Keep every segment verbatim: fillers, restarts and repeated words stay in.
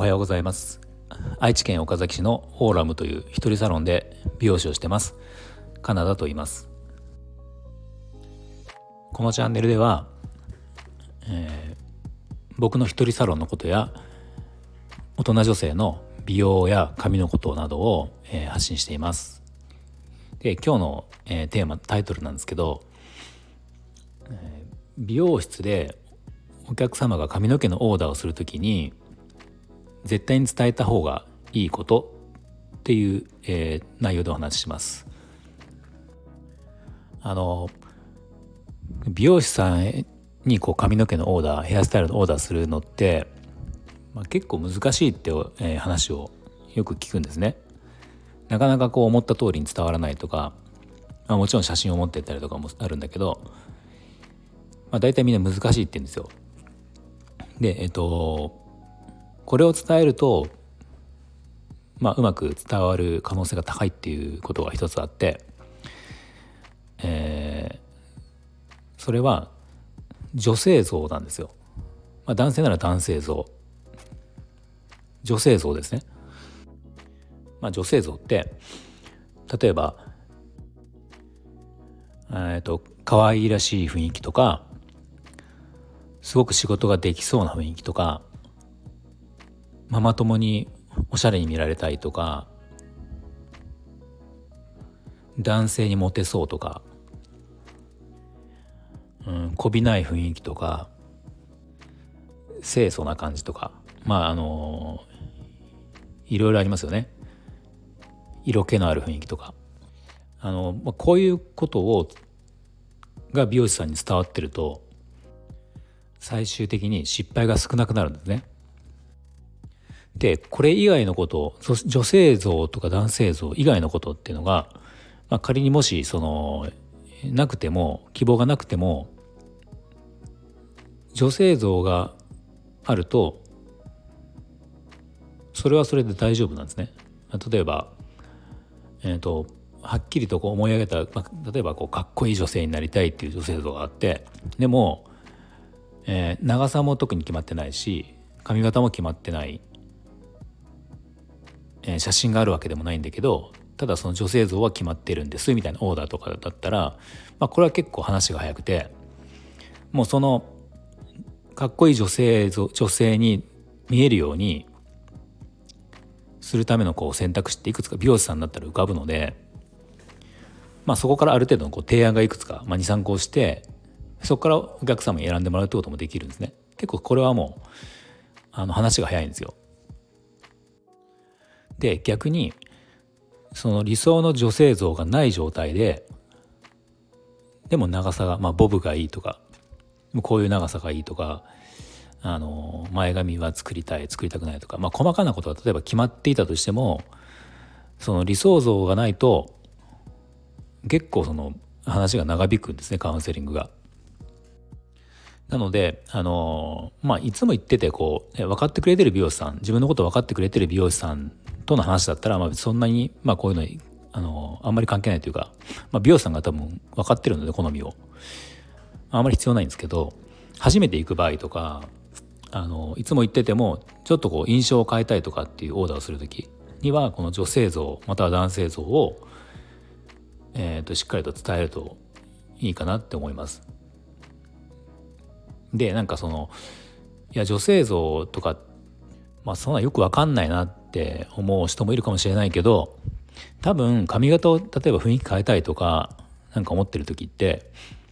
はようございます。愛知県岡崎市のオーラムという一人サロンで美容師をしてます。カナダと言います。このチャンネルでは、えー、僕の一人サロンのことや大人女性の美容や髪のことなどを、えー、発信しています。で、今日の、えー、テーマタイトルなんですけど、えー、美容室でお客様が髪の毛のオーダーをするときに絶対に伝えた方がいいことっていう、えー、内容でお話しします。あの美容師さんにこう髪の毛のオーダーヘアスタイルのオーダーするのって、まあ、結構難しいって、えー、話をよく聞くんですね。なかなかこう思った通りに伝わらないとか、まあ、もちろん写真を持ってったりとかもあるんだけど、まあ、大体みんな難しいって言うんですよ。で、えっとこれを伝えると、まあ、うまく伝わる可能性が高いっていうことが一つあって、えー、それは女性像なんですよ。まあ、男性なら男性像、女性像ですね。まあ、女性像って例えば、えっと可愛らしい雰囲気とか、すごく仕事ができそうな雰囲気とか、ママ友におしゃれに見られたいとか、男性にモテそうとか、うん、こびない雰囲気とか、清楚な感じとか、まああのいろいろありますよね。色気のある雰囲気とか、あの、まあ、こういうことをが美容師さんに伝わってると、最終的に失敗が少なくなるんですね。で、これ以外のこと、女性像とか男性像以外のことっていうのが、まあ、仮にもしそのなくても、希望がなくても、女性像があるとそれはそれで大丈夫なんですね。例えば、えーと、はっきりとこう思い上げた、まあ、例えばこうかっこいい女性になりたいっていう女性像があって、でも、えー、長さも特に決まってないし、髪型も決まってない、えー、写真があるわけでもないんだけど、ただその女性像は決まってるんですみたいなオーダーとかだったら、まあ、これは結構話が早くて、もうそのかっこいい女性像、女性に見えるようにするためのこう選択肢っていくつか美容師さんだったら浮かぶので、まあ、そこからある程度のこう提案がいくつか、まあ、にさんこして、そこからお客様に選んでもらうってこともできるんですね。結構これはもうあの話が早いんですよ。で、逆にその理想の女性像がない状態で、でも長さが、まあ、ボブがいいとか、こういう長さがいいとか、あの前髪は作りたい作りたくないとか、まあ、細かなことが例えば決まっていたとしても、その理想像がないと結構その話が長引くんですね、カウンセリングが。なので、あのまあ、いつも言っててこう分かってくれてる美容師さん、自分のこと分かってくれてる美容師さんとの話だったら、まあ、そんなに、まあ、こういうのにあのあんまり関係ないというか、まあ、美容師さんが多分分かってるので好みをあんまり必要ないんですけど、初めて行く場合とか、あのいつも言っててもちょっとこう印象を変えたいとかっていうオーダーをするときには、この女性像または男性像を、えー、としっかりと伝えるといいかなって思います。で、なんかそのいや女性像とか、まあそんなよく分かんないなって思う人もいるかもしれないけど、多分髪型を例えば雰囲気変えたいとかなんか思ってる時って、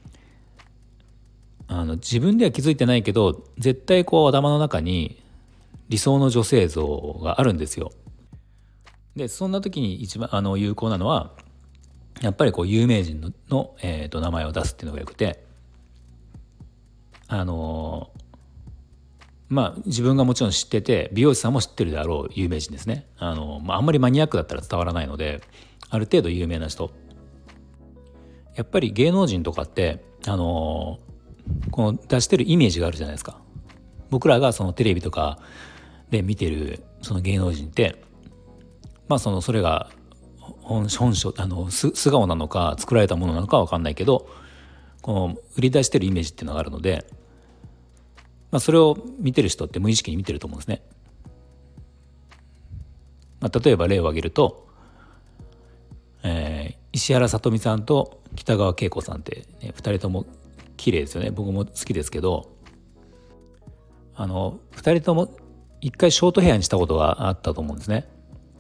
あの自分では気づいてないけど絶対こう頭の中に理想の女性像があるんですよ。で、そんな時に一番あの有効なのはやっぱりこう有名人の、の、えー、と名前を出すっていうのがよくて、あのまあ自分がもちろん知ってて美容師さんも知ってるであろう有名人ですね。あの、まあ、あんまりマニアックだったら伝わらないので、ある程度有名な人、やっぱり芸能人とかってあのこの出してるイメージがあるじゃないですか。僕らがそのテレビとかで見てるその芸能人って、まあそのそれが本本性あの素素顔なのか作られたものなのかは分かんないけど、この売り出してるイメージっていうのがあるので、まあ、それを見てる人って無意識に見てると思うんですね。 まあ、例えば例を挙げると、えー、石原さとみさんと北川景子さんって、ね、ふたりとも綺麗ですよね。僕も好きですけど、あのふたりとも一回ショートヘアにしたことがあったと思うんですね。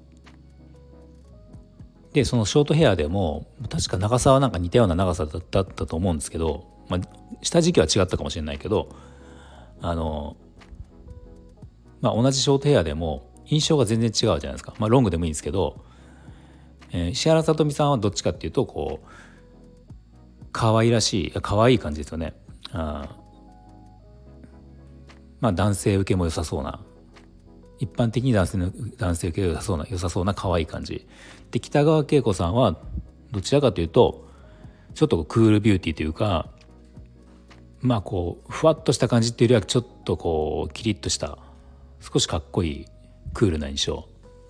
でそのショートヘアでも確か長さはなんか似たような長さだったと思うんですけど、まあ、した時期は違ったかもしれないけど、あの、まあ、同じショートヘアでも印象が全然違うじゃないですか。まあ、ロングでもいいんですけど、えー、石原さとみさんはどっちかっていうとこう可愛らしい可愛い感じですよね。あ、まあ男性受けも良さそうな、一般的に男性の男性受けが良さそうな良さそうな可愛い感じで、北川景子さんはどちらかというとちょっとクールビューティーというか、まあこうふわっとした感じっていうよりはちょっとこうキリッとした少しかっこいいクールな印象。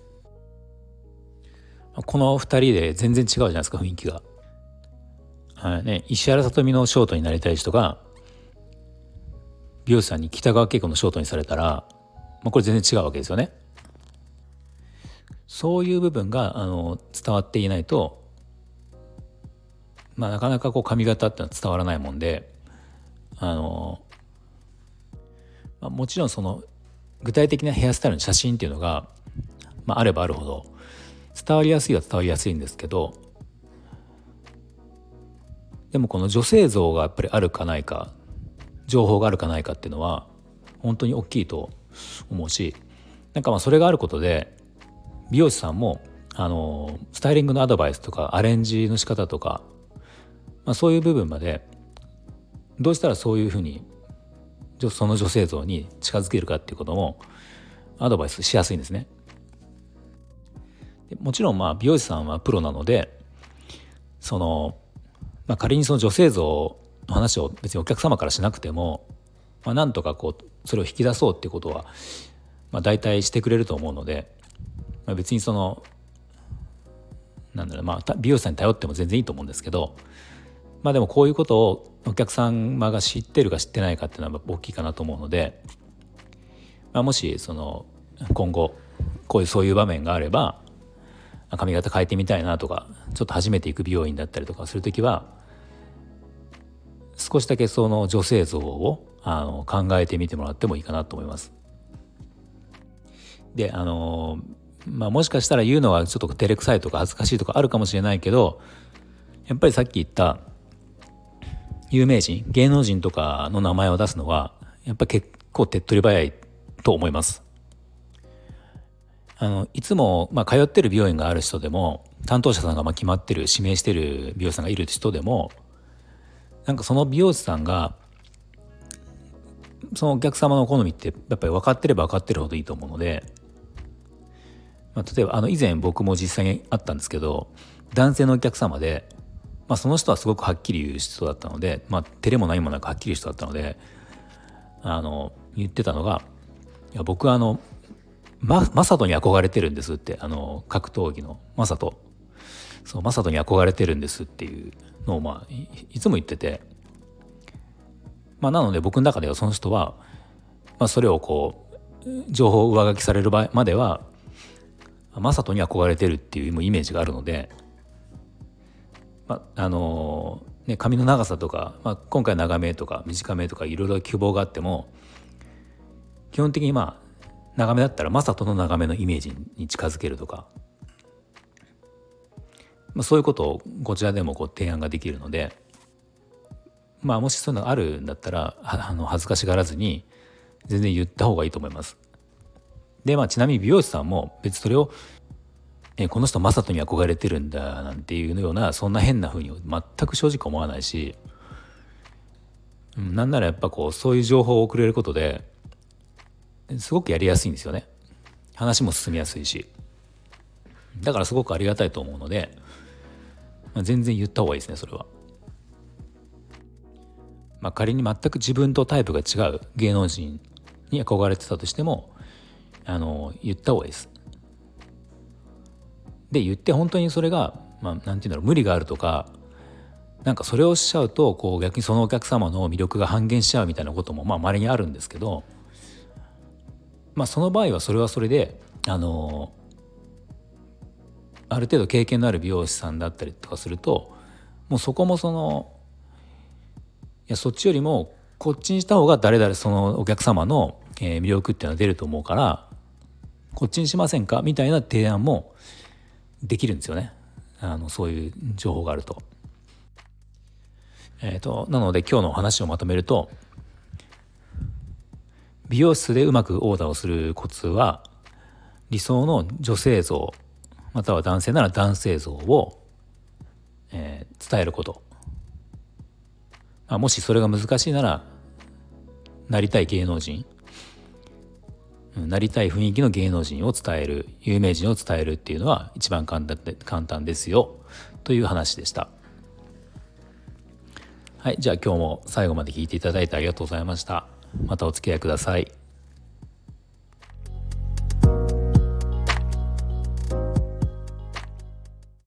このふたりで全然違うじゃないですか、雰囲気が。はいね、石原さとみのショートになりたい人が美容師さんに北川景子のショートにされたら、まあ、これ全然違うわけですよね。そういう部分があの伝わっていないと、まあ、なかなかこう髪型ってのは伝わらないもんで、あの、まあ、もちろんその具体的なヘアスタイルの写真っていうのが、まあ、あればあるほど伝わりやすいは伝わりやすいんですけど、でもこの女性像がやっぱりあるかないか、情報があるかないかっていうのは本当に大きいと思うし、なんかまあそれがあることで美容師さんもあのスタイリングのアドバイスとかアレンジの仕方とか、まあ、そういう部分までどうしたらそういうふうにその女性像に近づけるかっていうこともアドバイスしやすいんですね。でもちろんまあ美容師さんはプロなので、その、まあ、仮にその女性像の話を別にお客様からしなくても、まあ、なんとかこうそれを引き出そうっていうことは、まあ、大体してくれると思うので、まあ、別にそのなんだろう、まあ美容師さんに頼っても全然いいと思うんですけど、まあでもこういうことをお客様が知ってるか知ってないかっていうのは大きいかなと思うので、まあ、もしその今後こういうそういう場面があれば髪型変えてみたいなとか、ちょっと初めて行く美容院だったりとかするときは少しだけその女性像をあの考えてみてもらってもいいかなと思います。であのまあもしかしたら言うのはちょっと照れくさいとか恥ずかしいとかあるかもしれないけど、やっぱりさっき言った有名人芸能人とかの名前を出すのはやっぱり結構手っ取り早いと思います。あのいつも、まあ、通ってる美容院がある人でも担当者さんがまあ決まってる指名してる美容師さんがいる人でも、なんかその美容師さんがそのお客様の好みってやっぱり分かってれば分かってるほどいいと思うので、まあ、例えばあの以前僕も実際にあったんですけど、男性のお客様で、まあ、その人はすごくはっきり言う人だったので、まあ、照れも何もなくはっきり言う人だったので、あの言ってたのが「いや僕はあのママサトに憧れてるんです」って、あの格闘技のマサト、そうマサトに憧れてるんですっていうのを、まあ、い, いつも言ってて、まあ、なので僕の中ではその人は、まあ、それをこう情報を上書きされる場合まではマサトに憧れてるっていうイメージがあるので、まああのね、髪の長さとか、まあ、今回長めとか短めとかいろいろ希望があっても、基本的にまあ長めだったらマサトの長めのイメージに近づけるとか、まあ、そういうことをこちらでもこう提案ができるので、まあもしそういうのがあるんだったらあの恥ずかしがらずに全然言った方がいいと思います。でまあちなみに美容師さんも別にそれをえこの人マサトに憧れてるんだなんていうようなそんな変な風に全く正直思わないし、うん、なんならやっぱこうそういう情報をくれることですごくやりやすいんですよね。話も進みやすいし、だからすごくありがたいと思うので、まあ、全然言った方がいいですねそれは。まあ、仮に全く自分とタイプが違う芸能人に憧れてたとしてもあの言った方がいいです。で言って本当にそれが、まあ、なんていうんだろう無理があるとか、なんかそれをしちゃうとこう逆にそのお客様の魅力が半減しちゃうみたいなこともまあ稀にあるんですけど、まあその場合はそれはそれであのある程度経験のある美容師さんだったりとかすると、もうそこもそのいやそっちよりもこっちにした方が誰々そのお客様のえ魅力っていうのは出ると思うからこっちにしませんかみたいな提案もできるんですよね。あのそういう情報があると。えーと、なので今日の話をまとめると、美容室でうまくオーダーをするコツは、理想の女性像または男性なら男性像を、えー伝えること、まあ、もしそれが難しいならなりたい芸能人、なりたい雰囲気の芸能人を伝える、有名人を伝えるっていうのは一番簡単で簡単ですよという話でした。はい、じゃあ今日も最後まで聞いていただいてありがとうございました。またお付き合いください。